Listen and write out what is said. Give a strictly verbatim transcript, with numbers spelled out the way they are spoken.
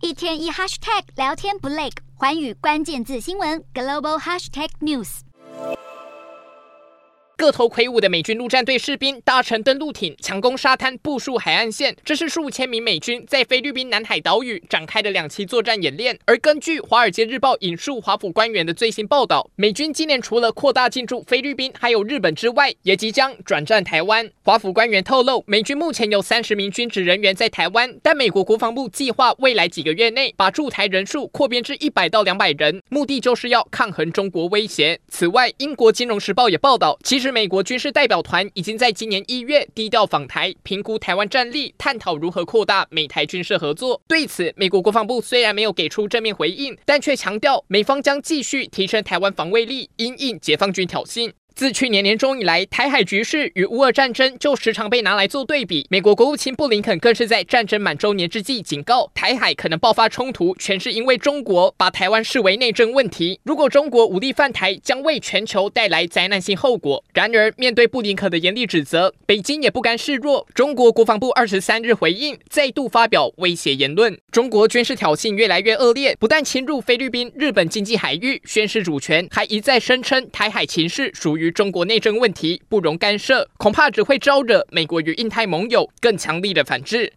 一天一 hashtag 聊天不累，寰宇关键字新闻 global hashtag news。 个头魁梧的美军陆战队士兵搭乘登陆艇强攻沙滩，部署海岸线。这是数千名美军在菲律宾南海岛屿展开的两栖作战演练。而根据《华尔街日报》引述华府官员的最新报道，美军今年除了扩大进驻菲律宾还有日本之外，也即将转战台湾。华府官员透露，美军目前有三十名军职人员在台湾，但美国国防部计划未来几个月内把驻台人数扩编至一百到两百人，目的就是要抗衡中国威胁。此外，英国《金融时报》也报道，其实美国军事代表团已经在今年一月低调访台，评估台湾战力，探讨如何扩大美台军事合作。对此，美国国防部虽然没有给出正面回应，但却强调美方将继续提升台湾防卫力，因应解放军挑衅。自去年年中以来，台海局势与乌俄战争就时常被拿来做对比。美国国务卿布林肯更是在战争满周年之际警告，台海可能爆发冲突，全是因为中国把台湾视为内政问题。如果中国武力犯台，将为全球带来灾难性后果。然而，面对布林肯的严厉指责，北京也不甘示弱。中国国防部二十三日回应，再度发表威胁言论。中国军事挑衅越来越恶劣，不但侵入菲律宾、日本经济海域，宣示主权，还一再声称台海情势属于中国内政问题，不容干涉，恐怕只会招惹美国与印太盟友更强力的反制。